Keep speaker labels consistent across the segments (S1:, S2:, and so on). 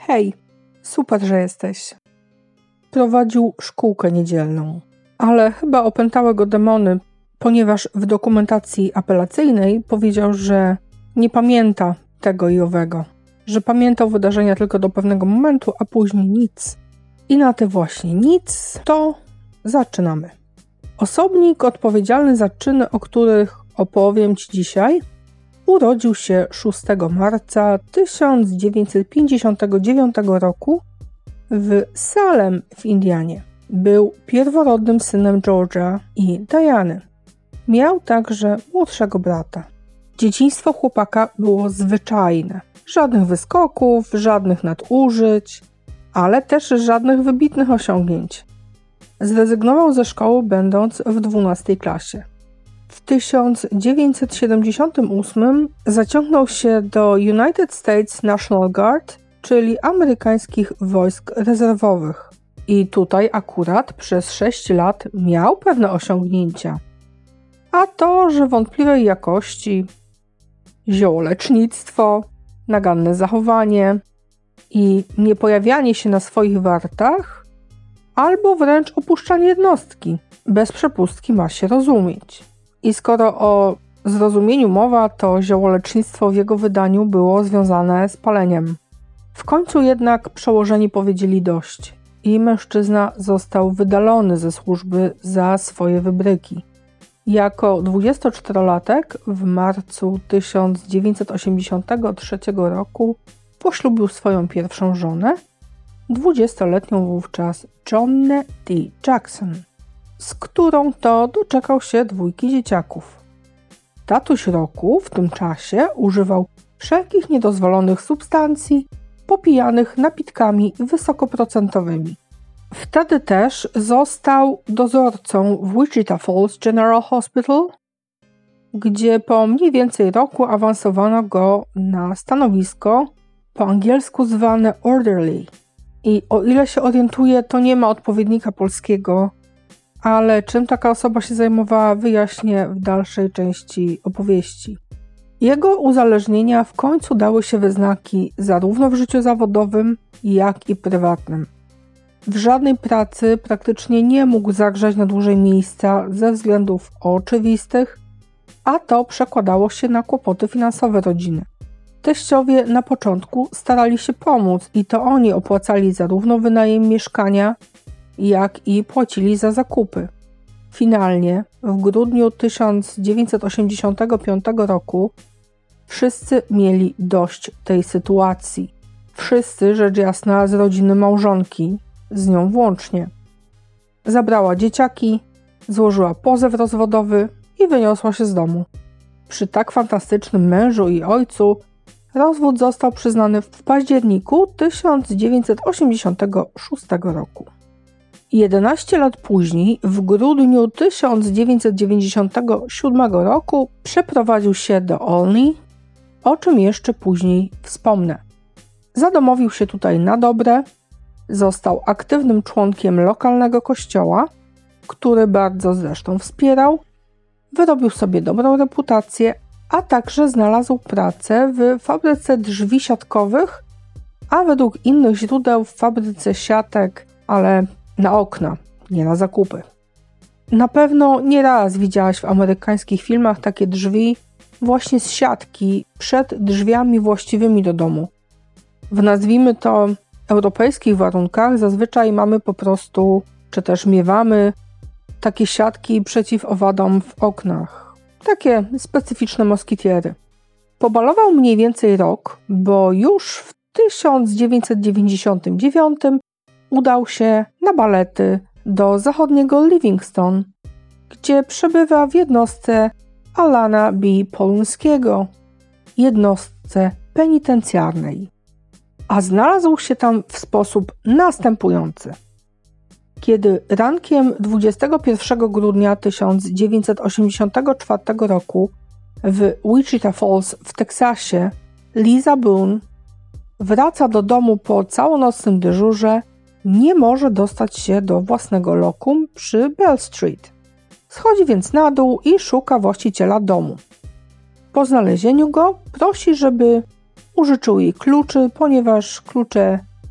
S1: Hej, super, że jesteś. Prowadził szkółkę niedzielną, ale chyba opętały go demony, ponieważ w dokumentacji apelacyjnej powiedział, że nie pamięta tego i owego, że pamiętał wydarzenia tylko do pewnego momentu, a później nic. I na te właśnie nic to zaczynamy. Osobnik odpowiedzialny za czyny, o których opowiem Ci dzisiaj, urodził się 6 marca 1959 roku w Salem w Indianie. Był pierworodnym synem George'a i Diany. Miał także młodszego brata. Dzieciństwo chłopaka było zwyczajne. Żadnych wyskoków, żadnych nadużyć, ale też żadnych wybitnych osiągnięć. Zrezygnował ze szkoły, będąc w 12 klasie. W 1978 zaciągnął się do United States National Guard, czyli amerykańskich wojsk rezerwowych. I tutaj akurat przez 6 lat miał pewne osiągnięcia. A to, że wątpliwej jakości ziołolecznictwo, naganne zachowanie i niepojawianie się na swoich wartach, albo wręcz opuszczanie jednostki, bez przepustki ma się rozumieć. I skoro o zrozumieniu mowa, to ziołolecznictwo w jego wydaniu było związane z paleniem. W końcu jednak przełożeni powiedzieli dość i mężczyzna został wydalony ze służby za swoje wybryki. Jako 24-latek w marcu 1983 roku poślubił swoją pierwszą żonę, 20-letnią wówczas Joannę T. Jackson, z którą to doczekał się 2 dzieciaków. Tatuś Roku w tym czasie używał wszelkich niedozwolonych substancji popijanych napitkami wysokoprocentowymi. Wtedy też został dozorcą w Wichita Falls General Hospital, gdzie po mniej więcej roku awansowano go na stanowisko po angielsku zwane orderly. I o ile się orientuję, to nie ma odpowiednika polskiego, ale czym taka osoba się zajmowała, wyjaśnię w dalszej części opowieści. Jego uzależnienia w końcu dały się we znaki zarówno w życiu zawodowym, jak i prywatnym. W żadnej pracy praktycznie nie mógł zagrzać na dłużej miejsca ze względów oczywistych, a to przekładało się na kłopoty finansowe rodziny. Teściowie na początku starali się pomóc i to oni opłacali zarówno wynajem mieszkania, jak i płacili za zakupy. Finalnie w grudniu 1985 roku wszyscy mieli dość tej sytuacji. Wszyscy, rzecz jasna, z rodziny małżonki, z nią włącznie. Zabrała dzieciaki, złożyła pozew rozwodowy i wyniosła się z domu. Przy tak fantastycznym mężu i ojcu rozwód został przyznany w październiku 1986 roku. 11 lat później, w grudniu 1997 roku, przeprowadził się do Olney, o czym jeszcze później wspomnę. Zadomowił się tutaj na dobre, został aktywnym członkiem lokalnego kościoła, który bardzo zresztą wspierał, wyrobił sobie dobrą reputację, a także znalazł pracę w fabryce drzwi siatkowych, a według innych źródeł w fabryce siatek, ale na okna, nie na zakupy. Na pewno nieraz widziałaś w amerykańskich filmach takie drzwi właśnie z siatki przed drzwiami właściwymi do domu. W nazwijmy to europejskich warunkach zazwyczaj mamy po prostu, czy też miewamy takie siatki przeciw owadom w oknach. Takie specyficzne moskitiery. Pobalował mniej więcej rok, bo już w 1999 udał się na balety do zachodniego Livingston, gdzie przebywa w jednostce Alana B. Poluńskiego, jednostce penitencjarnej. A znalazł się tam w sposób następujący. Kiedy rankiem 21 grudnia 1984 roku w Wichita Falls w Teksasie Lisa Boone wraca do domu po całonocnym dyżurze, nie może dostać się do własnego lokum przy Bell Street. Schodzi więc na dół i szuka właściciela domu. Po znalezieniu go prosi, żeby użyczył jej kluczy, ponieważ klucze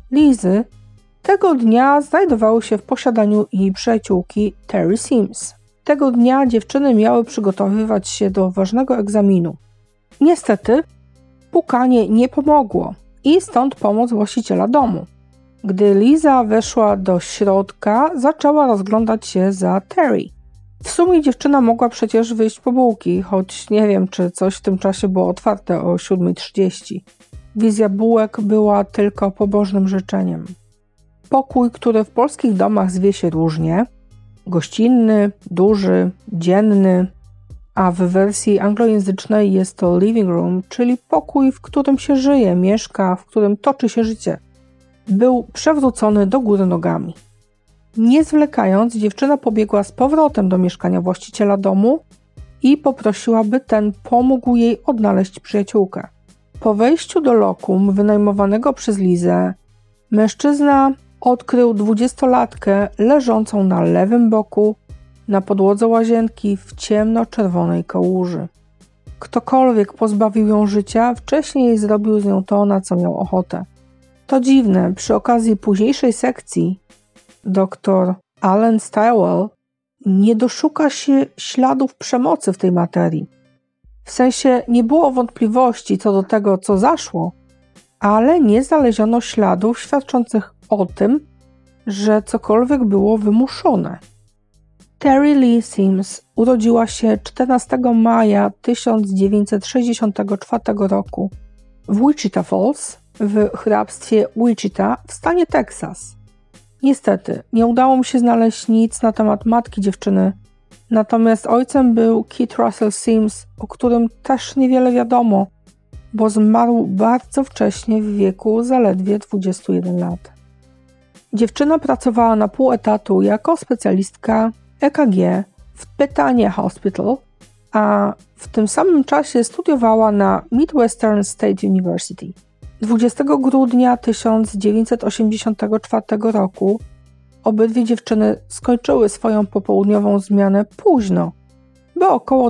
S1: Lizy tego dnia znajdowały się w posiadaniu jej przyjaciółki Terry Sims. Tego dnia dziewczyny miały przygotowywać się do ważnego egzaminu. Niestety, pukanie nie pomogło i stąd pomoc właściciela domu. Gdy Liza weszła do środka, zaczęła rozglądać się za Terry. W sumie dziewczyna mogła przecież wyjść po bułki, choć nie wiem, czy coś w tym czasie było otwarte o 7:30. Wizja bułek była tylko pobożnym życzeniem. Pokój, który w polskich domach zwie się różnie, gościnny, duży, dzienny, a w wersji anglojęzycznej jest to living room, czyli pokój, w którym się żyje, mieszka, w którym toczy się życie, był przewrócony do góry nogami. Nie zwlekając, dziewczyna pobiegła z powrotem do mieszkania właściciela domu i poprosiła, by ten pomógł jej odnaleźć przyjaciółkę. Po wejściu do lokum wynajmowanego przez Lizę, mężczyzna odkrył 20-latkę leżącą na lewym boku na podłodze łazienki w ciemno-czerwonej kałuży. Ktokolwiek pozbawił ją życia, wcześniej zrobił z nią to, na co miał ochotę. To dziwne, przy okazji późniejszej sekcji dr Alan Stillwell nie doszuka się śladów przemocy w tej materii. W sensie nie było wątpliwości co do tego, co zaszło, ale nie znaleziono śladów świadczących o tym, że cokolwiek było wymuszone. Terry Lee Sims urodziła się 14 maja 1964 roku w Wichita Falls w hrabstwie Wichita w stanie Teksas. Niestety, nie udało mi się znaleźć nic na temat matki dziewczyny, natomiast ojcem był Kit Russell Sims, o którym też niewiele wiadomo, bo zmarł bardzo wcześnie w wieku zaledwie 21 lat. Dziewczyna pracowała na pół etatu jako specjalistka EKG w Bethania Hospital, a w tym samym czasie studiowała na Midwestern State University. 20 grudnia 1984 roku obydwie dziewczyny skończyły swoją popołudniową zmianę późno, bo około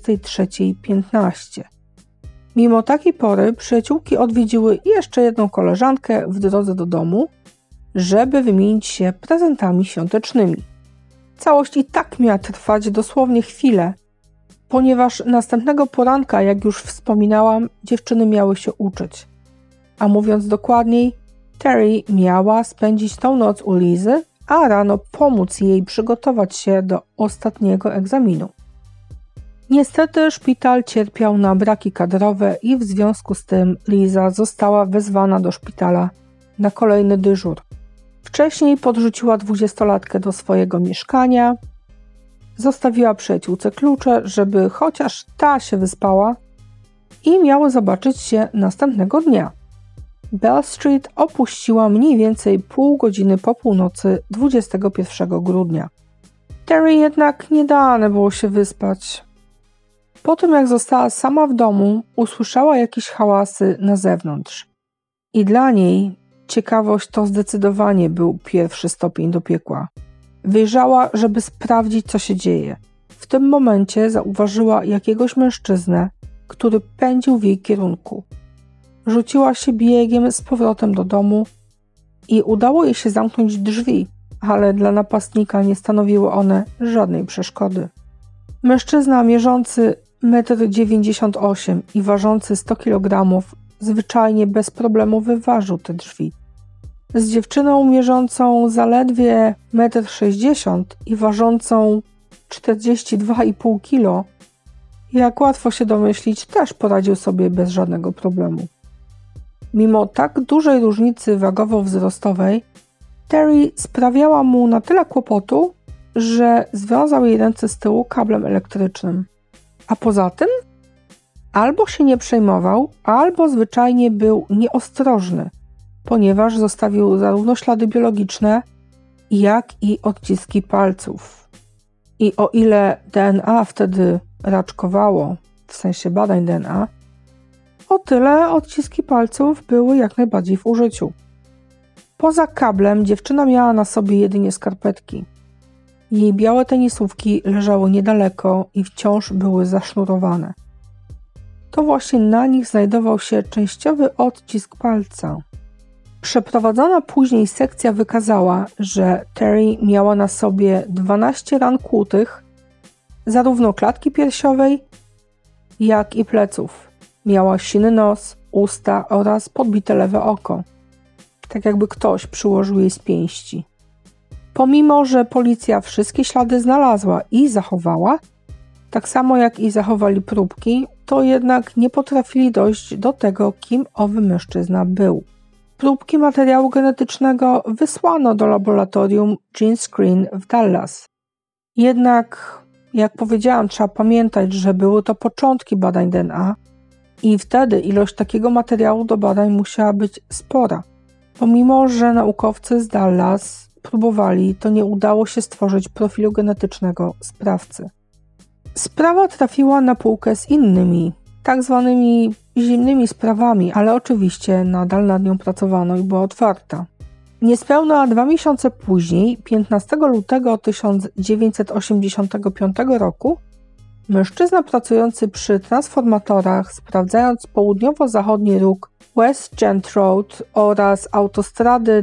S1: 23:15. Mimo takiej pory przyjaciółki odwiedziły jeszcze jedną koleżankę w drodze do domu, żeby wymienić się prezentami świątecznymi. Całość i tak miała trwać dosłownie chwilę, ponieważ następnego poranka, jak już wspominałam, dziewczyny miały się uczyć. A mówiąc dokładniej, Terry miała spędzić tą noc u Lizy, a rano pomóc jej przygotować się do ostatniego egzaminu. Niestety szpital cierpiał na braki kadrowe i w związku z tym Liza została wezwana do szpitala na kolejny dyżur. Wcześniej podrzuciła 20-latkę do swojego mieszkania, zostawiła przyjaciółce klucze, żeby chociaż ta się wyspała i miało zobaczyć się następnego dnia. Bell Street opuściła mniej więcej pół godziny po północy 21 grudnia. Terry jednak nie dane było się wyspać. Po tym jak została sama w domu, usłyszała jakieś hałasy na zewnątrz. I dla niej ciekawość to zdecydowanie był pierwszy stopień do piekła. Wyjrzała, żeby sprawdzić, co się dzieje. W tym momencie zauważyła jakiegoś mężczyznę, który pędził w jej kierunku. Rzuciła się biegiem z powrotem do domu i udało jej się zamknąć drzwi, ale dla napastnika nie stanowiły one żadnej przeszkody. Mężczyzna mierzący 1,98 m i ważący 100 kg zwyczajnie bez problemu wyważył te drzwi. Z dziewczyną mierzącą zaledwie 1,60 m i ważącą 42,5 kg, jak łatwo się domyślić, też poradził sobie bez żadnego problemu. Mimo tak dużej różnicy wagowo-wzrostowej, Terry sprawiała mu na tyle kłopotu, że związał jej ręce z tyłu kablem elektrycznym. A poza tym albo się nie przejmował, albo zwyczajnie był nieostrożny, ponieważ zostawił zarówno ślady biologiczne, jak i odciski palców. I o ile DNA wtedy raczkowało, w sensie badań DNA, o tyle odciski palców były jak najbardziej w użyciu. Poza kablem dziewczyna miała na sobie jedynie skarpetki. Jej białe tenisówki leżały niedaleko i wciąż były zasznurowane. To właśnie na nich znajdował się częściowy odcisk palca. Przeprowadzona później sekcja wykazała, że Terry miała na sobie 12 ran kłutych, zarówno klatki piersiowej, jak i pleców. Miała siny nos, usta oraz podbite lewe oko, tak jakby ktoś przyłożył jej z pięści. Pomimo że policja wszystkie ślady znalazła i zachowała, tak samo jak i zachowali próbki, to jednak nie potrafili dojść do tego, kim owy mężczyzna był. Próbki materiału genetycznego wysłano do laboratorium Gene Screen w Dallas. Jednak, jak powiedziałam, trzeba pamiętać, że były to początki badań DNA i wtedy ilość takiego materiału do badań musiała być spora. Pomimo że naukowcy z Dallas próbowali, to nie udało się stworzyć profilu genetycznego sprawcy. Sprawa trafiła na półkę z innymi, tak zwanymi zimnymi sprawami, ale oczywiście nadal nad nią pracowano i była otwarta. Niespełna 2 miesiące później, 15 lutego 1985 roku, mężczyzna pracujący przy transformatorach, sprawdzając południowo-zachodni róg West Gent Road oraz autostrady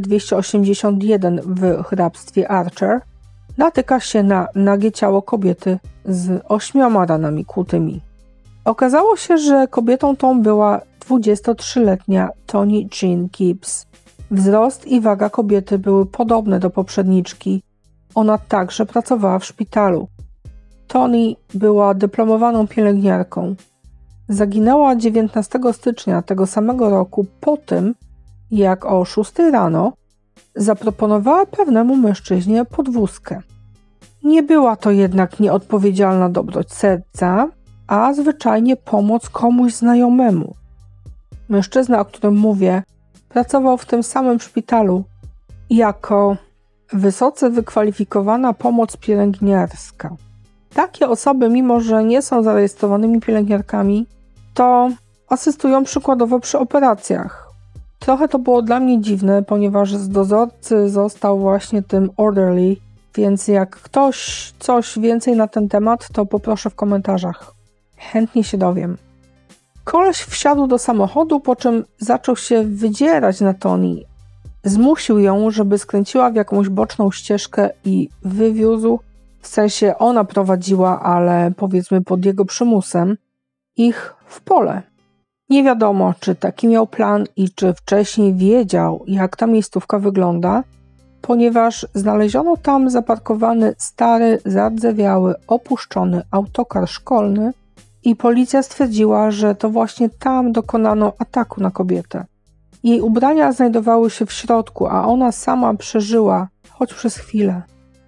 S1: 281 w hrabstwie Archer, natyka się na nagie ciało kobiety z 8 ranami kłutymi. Okazało się, że kobietą tą była 23-letnia Toni Jean Gibbs. Wzrost i waga kobiety były podobne do poprzedniczki. Ona także pracowała w szpitalu. Toni była dyplomowaną pielęgniarką. Zaginęła 19 stycznia tego samego roku po tym, jak o 6 rano zaproponowała pewnemu mężczyźnie podwózkę. Nie była to jednak nieodpowiedzialna dobroć serca, a zwyczajnie pomoc komuś znajomemu. Mężczyzna, o którym mówię, pracował w tym samym szpitalu jako wysoce wykwalifikowana pomoc pielęgniarska. Takie osoby, mimo że nie są zarejestrowanymi pielęgniarkami, to asystują przykładowo przy operacjach. Trochę to było dla mnie dziwne, ponieważ z dozorcy został właśnie tym orderly, więc jak ktoś coś więcej na ten temat, to poproszę w komentarzach. Chętnie się dowiem. Koleś wsiadł do samochodu, po czym zaczął się wydzierać na Toni. Zmusił ją, żeby skręciła w jakąś boczną ścieżkę i wywiózł, w sensie ona prowadziła, ale powiedzmy pod jego przymusem, ich w pole. Nie wiadomo, czy taki miał plan i czy wcześniej wiedział, jak ta miejscówka wygląda, ponieważ znaleziono tam zaparkowany stary, zardzewiały, opuszczony autokar szkolny i policja stwierdziła, że to właśnie tam dokonano ataku na kobietę. Jej ubrania znajdowały się w środku, a ona sama przeżyła, choć przez chwilę.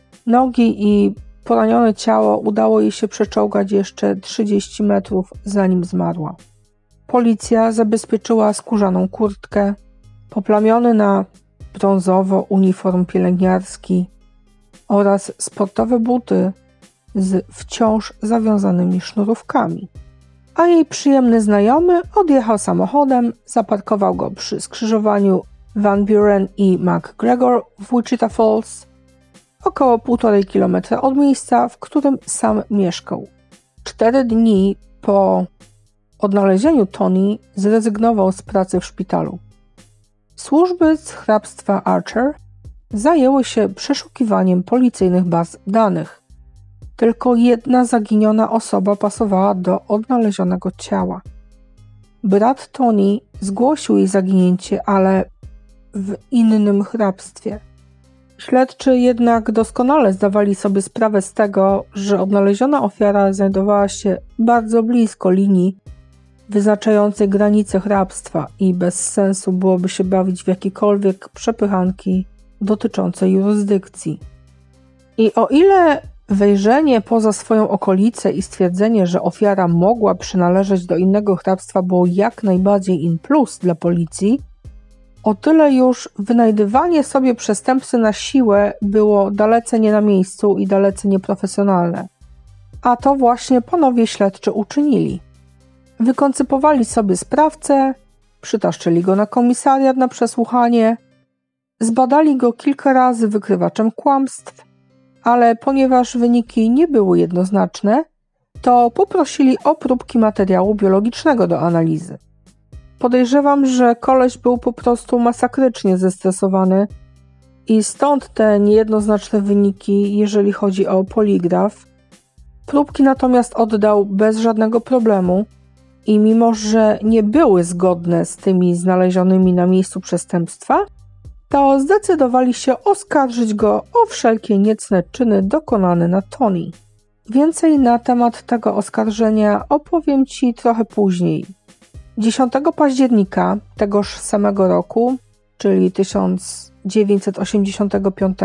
S1: Nogi i poranione ciało udało jej się przeczołgać jeszcze 30 metrów, zanim zmarła. Policja zabezpieczyła skórzaną kurtkę, poplamiony na brązowo uniform pielęgniarski oraz sportowe buty z wciąż zawiązanymi sznurówkami. A jej przyjemny znajomy odjechał samochodem, zaparkował go przy skrzyżowaniu Van Buren i McGregor w Wichita Falls, około 1,5 kilometra od miejsca, w którym sam mieszkał. 4 dni po odnalezieniu Toni zrezygnował z pracy w szpitalu. Służby z hrabstwa Archer zajęły się przeszukiwaniem policyjnych baz danych. Tylko jedna zaginiona osoba pasowała do odnalezionego ciała. Brat Toni zgłosił jej zaginięcie, ale w innym hrabstwie. Śledczy jednak doskonale zdawali sobie sprawę z tego, że odnaleziona ofiara znajdowała się bardzo blisko linii wyznaczającej granice hrabstwa i bez sensu byłoby się bawić w jakiekolwiek przepychanki dotyczące jurysdykcji. I o ile wejrzenie poza swoją okolicę i stwierdzenie, że ofiara mogła przynależeć do innego hrabstwa było jak najbardziej in plus dla policji, o tyle już wynajdywanie sobie przestępcy na siłę było dalece nie na miejscu i dalece nieprofesjonalne. A to właśnie panowie śledczy uczynili. Wykoncypowali sobie sprawcę, przytaszczyli go na komisariat na przesłuchanie, zbadali go kilka razy wykrywaczem kłamstw, ale ponieważ wyniki nie były jednoznaczne, to poprosili o próbki materiału biologicznego do analizy. Podejrzewam, że koleś był po prostu masakrycznie zestresowany i stąd te niejednoznaczne wyniki, jeżeli chodzi o poligraf. Próbki natomiast oddał bez żadnego problemu i mimo, że nie były zgodne z tymi znalezionymi na miejscu przestępstwa, to zdecydowali się oskarżyć go o wszelkie niecne czyny dokonane na Tony. Więcej na temat tego oskarżenia opowiem Ci trochę później. 10 października tegoż samego roku, czyli 1985,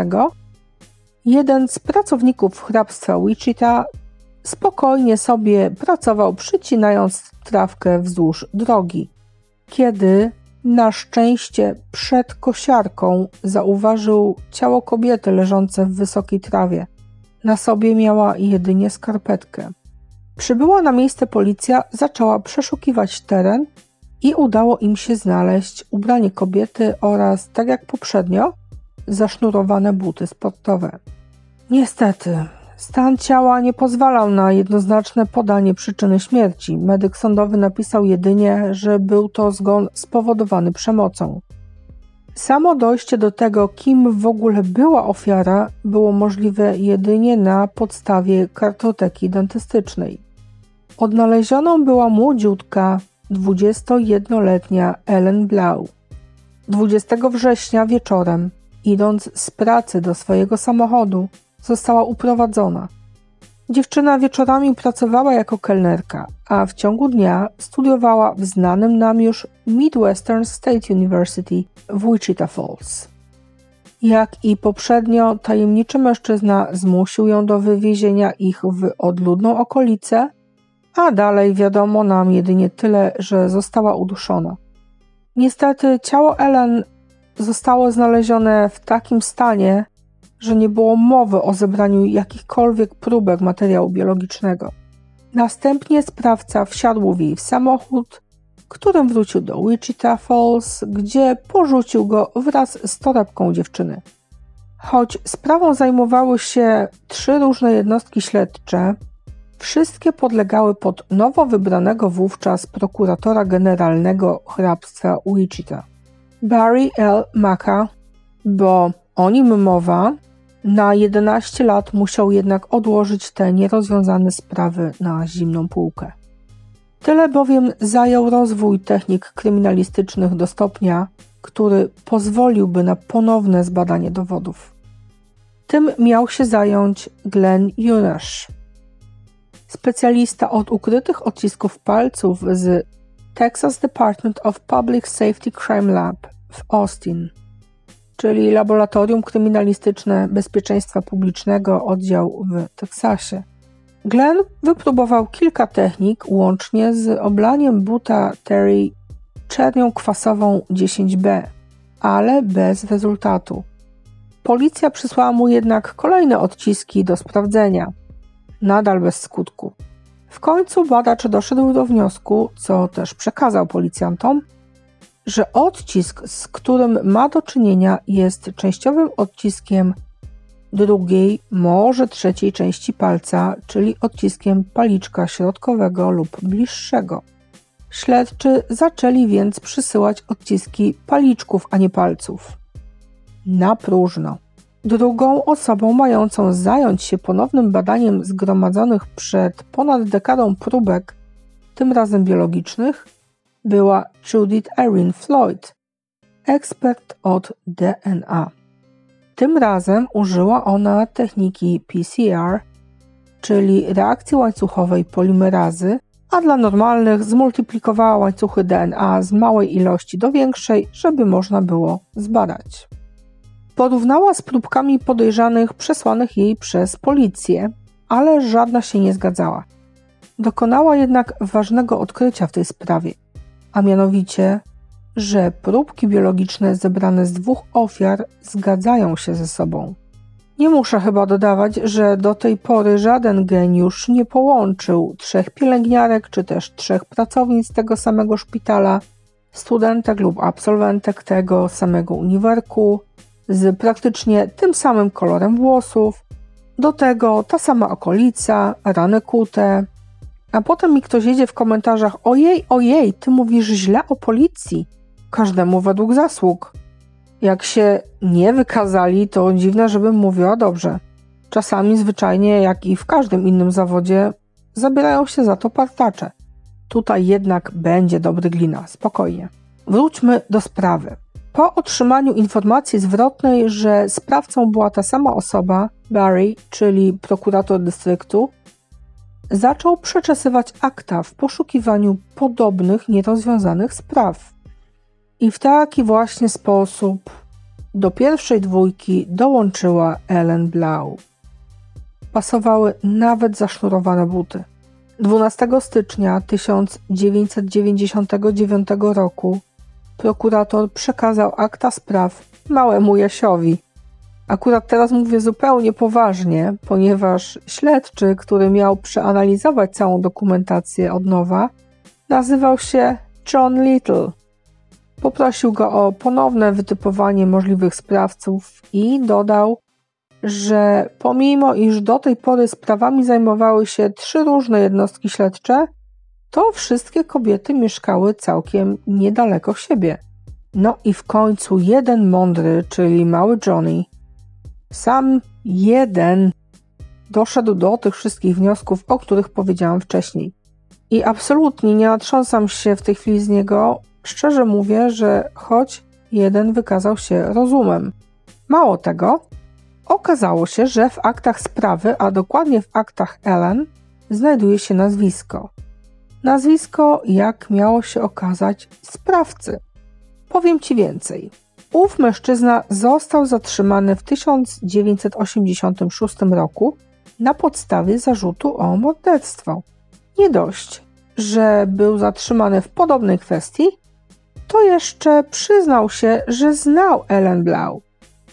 S1: jeden z pracowników hrabstwa Wichita spokojnie sobie pracował, przycinając trawkę wzdłuż drogi, kiedy na szczęście przed kosiarką zauważył ciało kobiety leżące w wysokiej trawie. Na sobie miała jedynie skarpetkę. Przybyła na miejsce policja, zaczęła przeszukiwać teren i udało im się znaleźć ubranie kobiety oraz, tak jak poprzednio, zasznurowane buty sportowe. Niestety, stan ciała nie pozwalał na jednoznaczne podanie przyczyny śmierci. Medyk sądowy napisał jedynie, że był to zgon spowodowany przemocą. Samo dojście do tego, kim w ogóle była ofiara, było możliwe jedynie na podstawie kartoteki dentystycznej. Odnalezioną była młodziutka, 21-letnia Ellen Blau. 20 września wieczorem, idąc z pracy do swojego samochodu, została uprowadzona. Dziewczyna wieczorami pracowała jako kelnerka, a w ciągu dnia studiowała w znanym nam już Midwestern State University w Wichita Falls. Jak i poprzednio, tajemniczy mężczyzna zmusił ją do wywiezienia ich w odludną okolicę, a dalej wiadomo nam jedynie tyle, że została uduszona. Niestety ciało Ellen zostało znalezione w takim stanie, że nie było mowy o zebraniu jakichkolwiek próbek materiału biologicznego. Następnie sprawca wsiadł w jej samochód, którym wrócił do Wichita Falls, gdzie porzucił go wraz z torebką dziewczyny. Choć sprawą zajmowały się 3 różne jednostki śledcze, wszystkie podlegały pod nowo wybranego wówczas prokuratora generalnego hrabstwa Wichita, Barry L. Maca, bo o nim mowa. Na 11 lat musiał jednak odłożyć te nierozwiązane sprawy na zimną półkę. Tyle bowiem zajął rozwój technik kryminalistycznych do stopnia, który pozwoliłby na ponowne zbadanie dowodów. Tym miał się zająć Glenn Eunice, specjalista od ukrytych odcisków palców z Texas Department of Public Safety Crime Lab w Austin, czyli Laboratorium Kryminalistyczne Bezpieczeństwa Publicznego, oddział w Teksasie. Glenn wypróbował kilka technik, łącznie z oblaniem buta Terry czernią kwasową 10B, ale bez rezultatu. Policja przysłała mu jednak kolejne odciski do sprawdzenia, nadal bez skutku. W końcu badacz doszedł do wniosku, co też przekazał policjantom, że odcisk, z którym ma do czynienia, jest częściowym odciskiem drugiej, może trzeciej części palca, czyli odciskiem paliczka środkowego lub bliższego. Śledczy zaczęli więc przysyłać odciski paliczków, a nie palców. Na próżno. Drugą osobą mającą zająć się ponownym badaniem zgromadzonych przed ponad dekadą próbek, tym razem biologicznych, była Judith Erin Floyd, ekspert od DNA. Tym razem użyła ona techniki PCR, czyli reakcji łańcuchowej polimerazy, a dla normalnych zmultiplikowała łańcuchy DNA z małej ilości do większej, żeby można było zbadać. Porównała z próbkami podejrzanych przesłanych jej przez policję, ale żadna się nie zgadzała. Dokonała jednak ważnego odkrycia w tej sprawie, a mianowicie, że próbki biologiczne zebrane z 2 ofiar zgadzają się ze sobą. Nie muszę chyba dodawać, że do tej pory żaden geniusz nie połączył 3 pielęgniarek czy też 3 pracownic tego samego szpitala, studentek lub absolwentek tego samego uniwerku, z praktycznie tym samym kolorem włosów, do tego ta sama okolica, rany kute, A potem mi ktoś jedzie w komentarzach: ojej, ty mówisz źle o policji. Każdemu według zasług. Jak się nie wykazali, to dziwne, żebym mówiła dobrze. Czasami zwyczajnie, jak i w każdym innym zawodzie, zabierają się za to partacze. Tutaj jednak będzie dobry glina, spokojnie. Wróćmy do sprawy. Po otrzymaniu informacji zwrotnej, że sprawcą była ta sama osoba, Barry, czyli prokurator dystryktu, zaczął przeczesywać akta w poszukiwaniu podobnych, nierozwiązanych spraw. I w taki właśnie sposób do pierwszej dwójki dołączyła Ellen Blau. Pasowały nawet zasznurowane buty. 12 stycznia 1999 roku prokurator przekazał akta spraw małemu Jasiowi. Akurat teraz mówię zupełnie poważnie, ponieważ śledczy, który miał przeanalizować całą dokumentację od nowa, nazywał się John Little. Poprosił go o ponowne wytypowanie możliwych sprawców i dodał, że pomimo iż do tej pory sprawami zajmowały się 3 różne jednostki śledcze, to wszystkie kobiety mieszkały całkiem niedaleko siebie. No i w końcu jeden mądry, czyli mały Johnny, sam jeden, doszedł do tych wszystkich wniosków, o których powiedziałam wcześniej. I absolutnie nie natrząsam się w tej chwili z niego. Szczerze mówię, że choć jeden wykazał się rozumem. Mało tego, okazało się, że w aktach sprawy, a dokładnie w aktach Ellen, znajduje się nazwisko. Nazwisko, jak miało się okazać, sprawcy. Powiem Ci więcej. Ów mężczyzna został zatrzymany w 1986 roku na podstawie zarzutu o morderstwo. Nie dość, że był zatrzymany w podobnej kwestii, to jeszcze przyznał się, że znał Ellen Blau.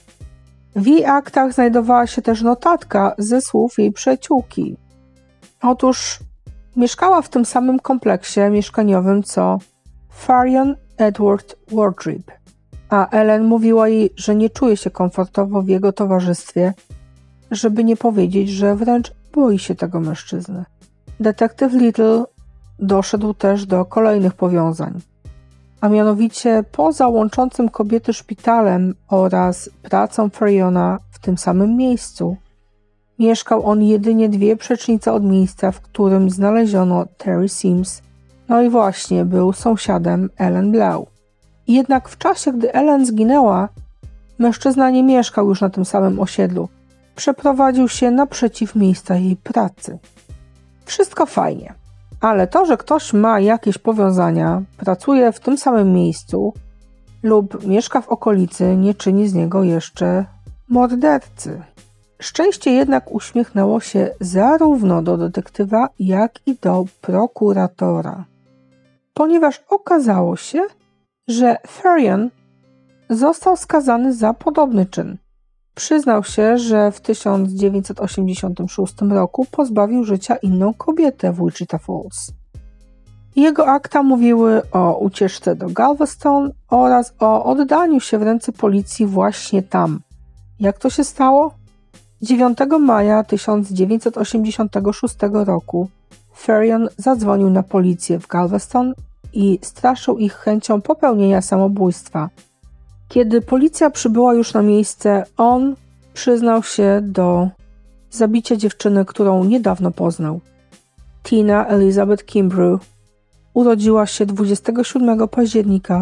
S1: W jej aktach znajdowała się też notatka ze słów jej przyjaciółki. Otóż mieszkała w tym samym kompleksie mieszkaniowym co Farion Edward Wardrip, a Ellen mówiła jej, że nie czuje się komfortowo w jego towarzystwie, żeby nie powiedzieć, że wręcz boi się tego mężczyzny. Detektyw Little doszedł też do kolejnych powiązań, a mianowicie poza łączącym kobiety szpitalem oraz pracą Fariona w tym samym miejscu, mieszkał on jedynie 2 przecznice od miejsca, w którym znaleziono Terry Sims, no i właśnie był sąsiadem Ellen Blau. Jednak w czasie, gdy Ellen zginęła, mężczyzna nie mieszkał już na tym samym osiedlu. Przeprowadził się naprzeciw miejsca jej pracy. Wszystko fajnie, ale to, że ktoś ma jakieś powiązania, pracuje w tym samym miejscu lub mieszka w okolicy, nie czyni z niego jeszcze mordercy. Szczęście jednak uśmiechnęło się zarówno do detektywa, jak i do prokuratora, ponieważ okazało się, że Farion został skazany za podobny czyn. Przyznał się, że w 1986 roku pozbawił życia inną kobietę w Wichita Falls. Jego akta mówiły o ucieczce do Galveston oraz o oddaniu się w ręce policji właśnie tam. Jak to się stało? 9 maja 1986 roku Farion zadzwonił na policję w Galveston i straszył ich chęcią popełnienia samobójstwa. Kiedy policja przybyła już na miejsce, on przyznał się do zabicia dziewczyny, którą niedawno poznał. Tina Elizabeth Kimbrough urodziła się 27 października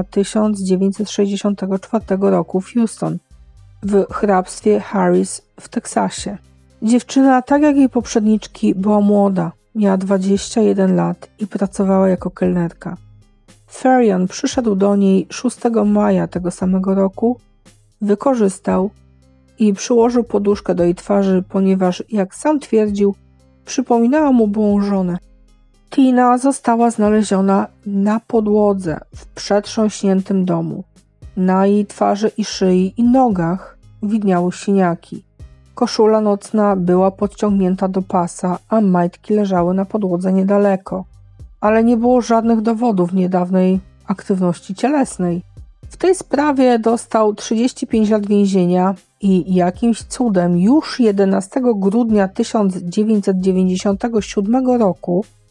S1: 1964 roku w Houston, w hrabstwie Harris w Teksasie. Dziewczyna, tak jak jej poprzedniczki, była młoda, miała 21 lat i pracowała jako kelnerka. Farion przyszedł do niej 6 maja tego samego roku, wykorzystał i przyłożył poduszkę do jej twarzy, ponieważ, jak sam twierdził, przypominała mu byłą żonę. Tina została znaleziona na podłodze w przetrząśniętym domu. Na jej twarzy i szyi i nogach widniały siniaki. Koszula nocna była podciągnięta do pasa, a majtki leżały na podłodze niedaleko. Ale nie było żadnych dowodów niedawnej aktywności cielesnej. W tej sprawie dostał 35 lat więzienia i jakimś cudem już 11 grudnia 1997 roku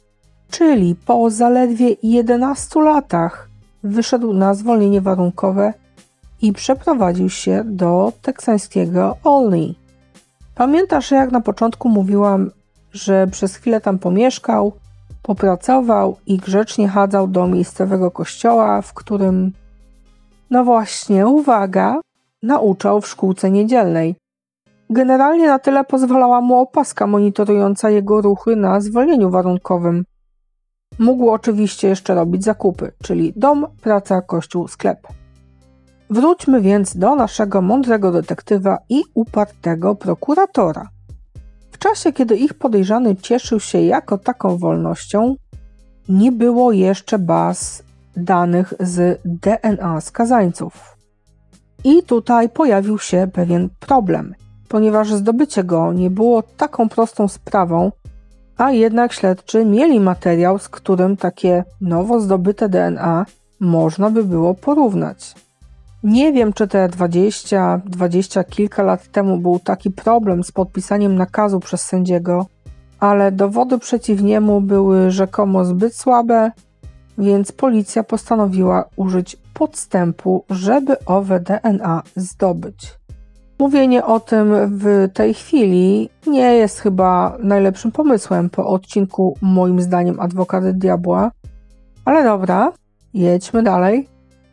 S1: czyli po zaledwie 11 latach wyszedł na zwolnienie warunkowe i przeprowadził się do teksańskiego Olney. Pamiętasz, jak na początku mówiłam, że przez chwilę tam pomieszkał, popracował i grzecznie chadzał do miejscowego kościoła, w którym, no właśnie, uwaga, nauczał w szkółce niedzielnej. Generalnie na tyle pozwalała mu opaska monitorująca jego ruchy na zwolnieniu warunkowym. Mógł oczywiście jeszcze robić zakupy, czyli dom, praca, kościół, sklep. Wróćmy więc do naszego mądrego detektywa i upartego prokuratora. W czasie, kiedy ich podejrzany cieszył się jako taką wolnością, nie było jeszcze baz danych z DNA skazańców. I tutaj pojawił się pewien problem, ponieważ zdobycie go nie było taką prostą sprawą, a jednak śledczy mieli materiał, z którym takie nowo zdobyte DNA można by było porównać. Nie wiem, czy te 20 kilka lat temu był taki problem z podpisaniem nakazu przez sędziego, ale dowody przeciw niemu były rzekomo zbyt słabe, więc policja postanowiła użyć podstępu, żeby owe DNA zdobyć. Mówienie o tym w tej chwili nie jest chyba najlepszym pomysłem po odcinku, moim zdaniem, Adwokat Diabła, ale dobra, jedźmy dalej.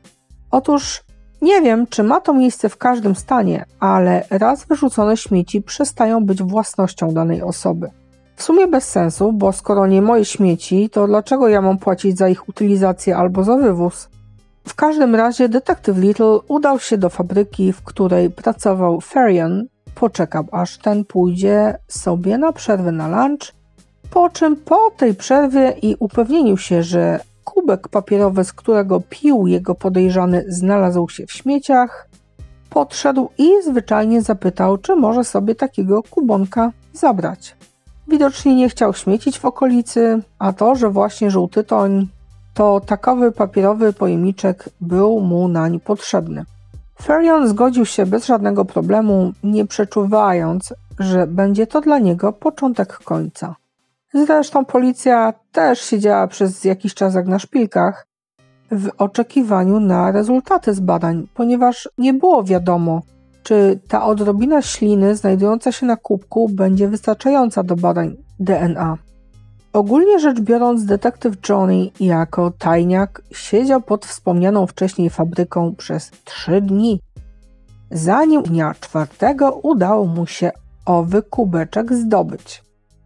S1: Otóż nie wiem, czy ma to miejsce w każdym stanie, ale raz wyrzucone śmieci przestają być własnością danej osoby. W sumie bez sensu, bo skoro nie moje śmieci, to dlaczego ja mam płacić za ich utylizację albo za wywóz? W każdym razie detektyw Little udał się do fabryki, w której pracował Ferion, poczekał aż ten pójdzie sobie na przerwę na lunch, po czym po tej przerwie i upewnieniu się, że kubek papierowy, z którego pił jego podejrzany, znalazł się w śmieciach, podszedł i zwyczajnie zapytał, czy może sobie takiego kubonka zabrać. Widocznie nie chciał śmiecić w okolicy, a to, że właśnie żółty toń, to takowy papierowy pojemniczek był mu nań potrzebny. Ferion zgodził się bez żadnego problemu, nie przeczuwając, że będzie to dla niego początek końca. Zresztą policja też siedziała przez jakiś czas jak na szpilkach w oczekiwaniu na rezultaty z badań, ponieważ nie było wiadomo, czy ta odrobina śliny znajdująca się na kubku będzie wystarczająca do badań DNA. Ogólnie rzecz biorąc, detektyw Johnny jako tajniak siedział pod wspomnianą wcześniej fabryką przez 3 dni, zanim dnia 4 udało mu się owy kubeczek zdobyć.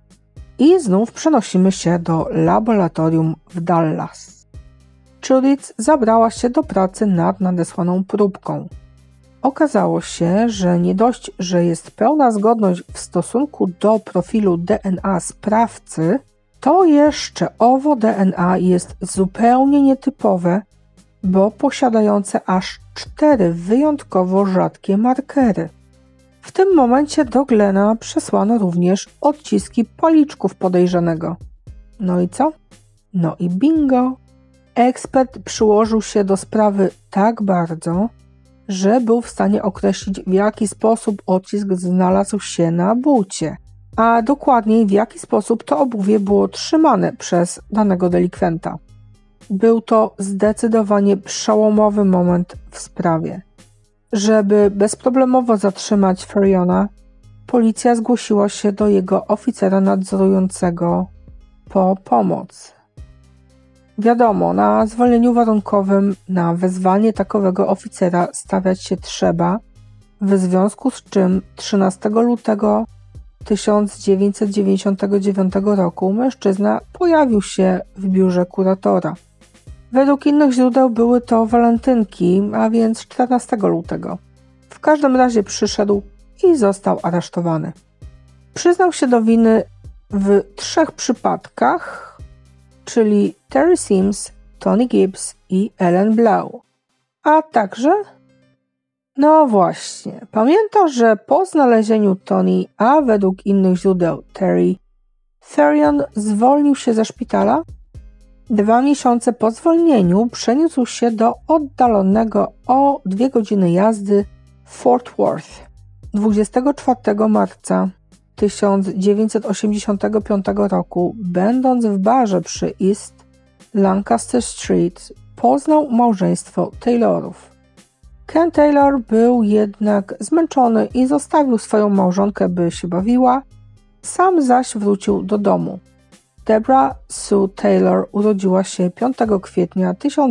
S1: I znów przenosimy się do laboratorium w Dallas. Judith zabrała się do pracy nad nadesłaną próbką. Okazało się, że nie dość, że jest pełna zgodność w stosunku do profilu DNA sprawcy, to jeszcze owo DNA jest zupełnie nietypowe, bo posiadające aż 4 wyjątkowo rzadkie markery. W tym momencie do Glena przesłano również odciski policzków podejrzanego. No i co? No i bingo! Ekspert przyłożył się do sprawy tak bardzo, że był w stanie określić, w jaki sposób odcisk znalazł się na bucie, a dokładniej w jaki sposób to obuwie było trzymane przez danego delikwenta. Był to zdecydowanie przełomowy moment w sprawie. Żeby bezproblemowo zatrzymać Feriona, policja zgłosiła się do jego oficera nadzorującego po pomoc. Wiadomo, na zwolnieniu warunkowym na wezwanie takowego oficera stawiać się trzeba, w związku z czym 13 lutego 1999 roku mężczyzna pojawił się w biurze kuratora. Według innych źródeł były to walentynki, a więc 14 lutego. W każdym razie przyszedł i został aresztowany. Przyznał się do winy w 3 przypadkach, czyli Terry Sims, Tony Gibbs i Ellen Blau. A także, no właśnie, pamiętasz, że po znalezieniu Tony, a według innych źródeł Terry, Ferion zwolnił się ze szpitala? 2 miesiące po zwolnieniu przeniósł się do oddalonego o 2 godziny jazdy Fort Worth. 24 marca 1985 roku, będąc w barze przy East Lancaster Street, poznał małżeństwo Taylorów. Ken Taylor był jednak zmęczony i zostawił swoją małżonkę, by się bawiła, sam zaś wrócił do domu. Deborah Sue Taylor urodziła się 5 kwietnia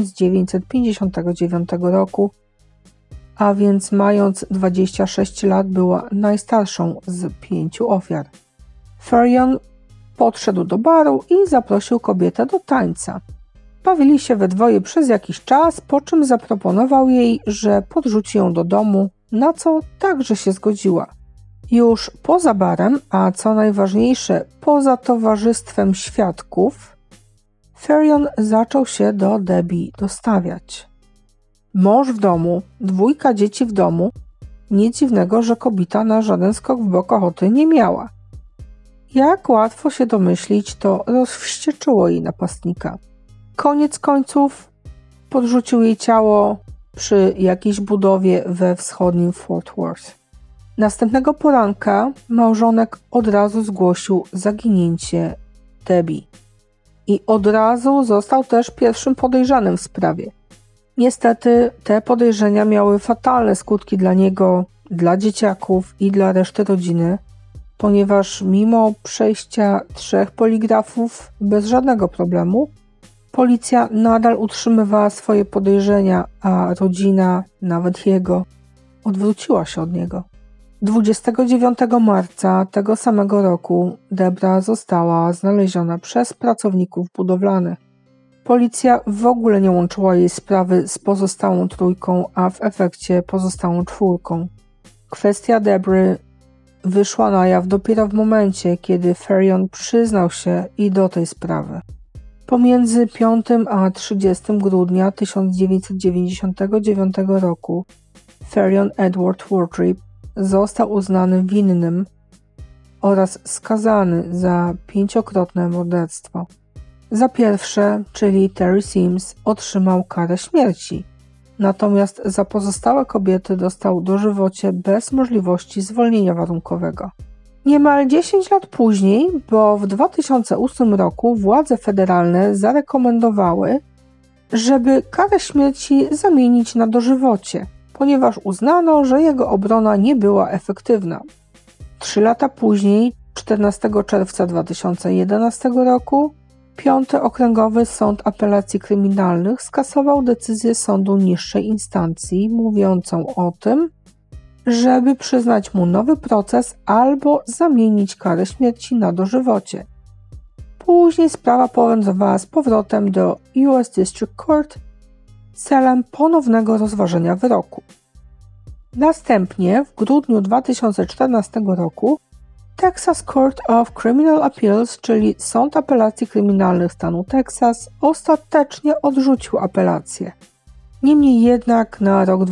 S1: 1959 roku, a więc mając 26 lat była najstarszą z 5 ofiar. Ferion podszedł do baru i zaprosił kobietę do tańca. Bawili się we dwoje przez jakiś czas, po czym zaproponował jej, że podrzuci ją do domu, na co także się zgodziła. Już poza barem, a co najważniejsze, poza towarzystwem świadków, Ferion zaczął się do Debbie dostawiać. Mąż w domu, 2 dzieci w domu, nic dziwnego, że kobieta na żaden skok w bok ochoty nie miała. Jak łatwo się domyślić, to rozwścieczyło jej napastnika. Koniec końców podrzucił jej ciało przy jakiejś budowie we wschodnim Fort Worth. Następnego poranka małżonek od razu zgłosił zaginięcie Debbie i od razu został też pierwszym podejrzanym w sprawie. Niestety te podejrzenia miały fatalne skutki dla niego, dla dzieciaków i dla reszty rodziny, ponieważ mimo przejścia 3 poligrafów bez żadnego problemu, policja nadal utrzymywała swoje podejrzenia, a rodzina, nawet jego, odwróciła się od niego. 29 marca tego samego roku Deborah została znaleziona przez pracowników budowlanych. Policja w ogóle nie łączyła jej sprawy z pozostałą 3, a w efekcie pozostałą 4. Kwestia Debry wyszła na jaw dopiero w momencie, kiedy Ferion przyznał się i do tej sprawy. Pomiędzy 5 a 30 grudnia 1999 roku Ferion Edward Wortrip został uznany winnym oraz skazany za 5-krotne morderstwo. Za pierwsze, czyli Terry Sims, otrzymał karę śmierci, natomiast za pozostałe kobiety dostał dożywocie bez możliwości zwolnienia warunkowego. Niemal 10 lat później, bo w 2008 roku władze federalne zarekomendowały, żeby karę śmierci zamienić na dożywocie, ponieważ uznano, że jego obrona nie była efektywna. 3 lata później, 14 czerwca 2011 roku, 5. Okręgowy Sąd Apelacji Kryminalnych skasował decyzję sądu niższej instancji mówiącą o tym, żeby przyznać mu nowy proces albo zamienić karę śmierci na dożywocie. Później sprawa powędrowała z powrotem do US District Court celem ponownego rozważenia wyroku. Następnie w grudniu 2014 roku Texas Court of Criminal Appeals, czyli Sąd Apelacji Kryminalnych stanu Teksas, ostatecznie odrzucił apelację. Niemniej jednak na rok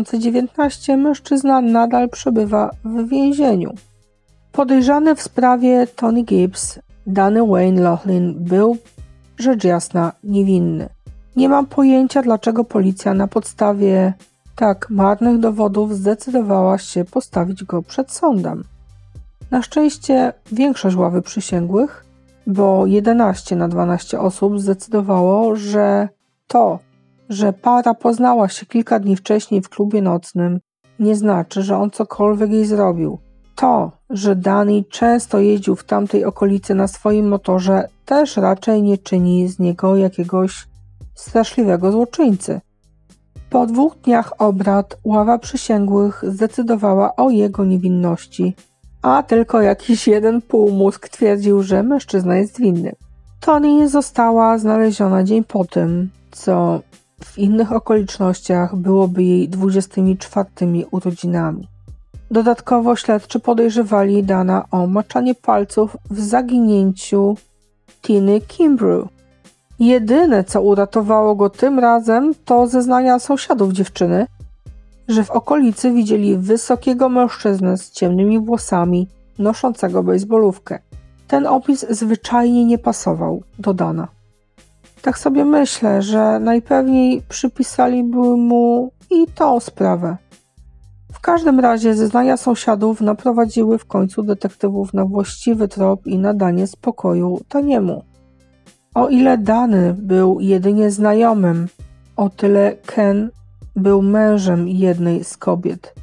S1: 2019 mężczyzna nadal przebywa w więzieniu. Podejrzany w sprawie Tony Gibbs, Danny Wayne Laughlin, był rzecz jasna niewinny. Nie mam pojęcia, dlaczego policja na podstawie tak marnych dowodów zdecydowała się postawić go przed sądem. Na szczęście większość ławy przysięgłych, bo 11 na 12 osób zdecydowało, że to, że para poznała się kilka dni wcześniej w klubie nocnym, nie znaczy, że on cokolwiek jej zrobił. To, że Danny często jeździł w tamtej okolicy na swoim motorze, też raczej nie czyni z niego jakiegoś straszliwego złoczyńcy. Po 2 dniach obrad ława przysięgłych zdecydowała o jego niewinności, a tylko jakiś jeden półmózg twierdził, że mężczyzna jest winny. Tony została znaleziona dzień po tym, co w innych okolicznościach byłoby jej 24 urodzinami. Dodatkowo śledczy podejrzewali Dana o maczanie palców w zaginięciu Tiny Kimbrough. Jedyne, co uratowało go tym razem, to zeznania sąsiadów dziewczyny, że w okolicy widzieli wysokiego mężczyznę z ciemnymi włosami, noszącego bejsbolówkę. Ten opis zwyczajnie nie pasował do Dana. Tak sobie myślę, że najpewniej przypisaliby mu i tą sprawę. W każdym razie zeznania sąsiadów naprowadziły w końcu detektywów na właściwy trop i nadanie spokoju Taniemu. O ile Dany był jedynie znajomym, o tyle Ken był mężem jednej z kobiet.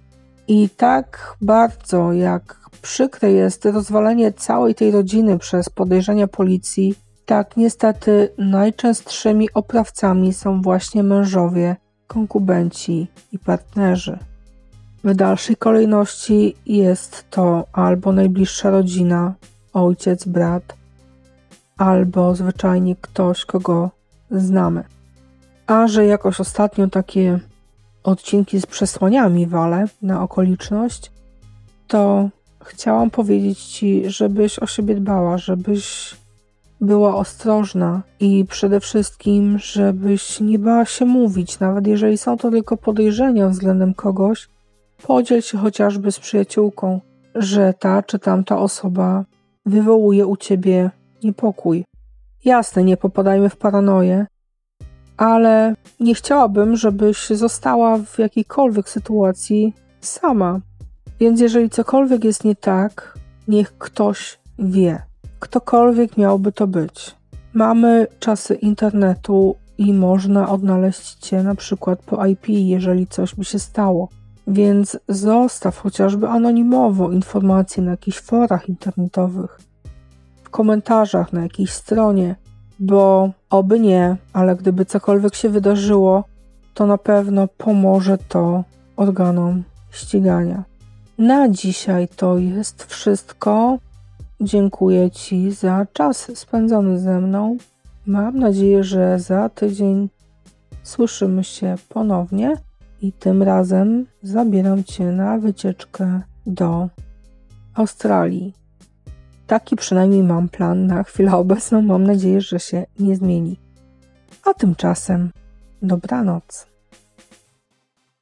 S1: I tak bardzo jak przykre jest rozwalenie całej tej rodziny przez podejrzenia policji, tak niestety najczęstszymi oprawcami są właśnie mężowie, konkubenci i partnerzy. W dalszej kolejności jest to albo najbliższa rodzina, ojciec, brat, albo zwyczajnie ktoś, kogo znamy. A że jakoś ostatnio takie odcinki z przesłaniami walę na okoliczność, to chciałam powiedzieć Ci, żebyś o siebie dbała, żebyś była ostrożna i przede wszystkim, żebyś nie bała się mówić, nawet jeżeli są to tylko podejrzenia względem kogoś, podziel się chociażby z przyjaciółką, że ta czy tamta osoba wywołuje u Ciebie niepokój. Jasne, nie popadajmy w paranoję, ale nie chciałabym, żebyś została w jakiejkolwiek sytuacji sama. Więc jeżeli cokolwiek jest nie tak, niech ktoś wie. Ktokolwiek miałby to być. Mamy czasy internetu i można odnaleźć Cię na przykład po IP, jeżeli coś by się stało. Więc zostaw chociażby anonimowo informacje na jakichś forach internetowych, w komentarzach na jakiejś stronie, bo oby nie, ale gdyby cokolwiek się wydarzyło, to na pewno pomoże to organom ścigania. Na dzisiaj to jest wszystko. Dziękuję Ci za czas spędzony ze mną. Mam nadzieję, że za tydzień słyszymy się ponownie i tym razem zabieram Cię na wycieczkę do Australii. Taki przynajmniej mam plan na chwilę obecną. Mam nadzieję, że się nie zmieni. A tymczasem dobranoc.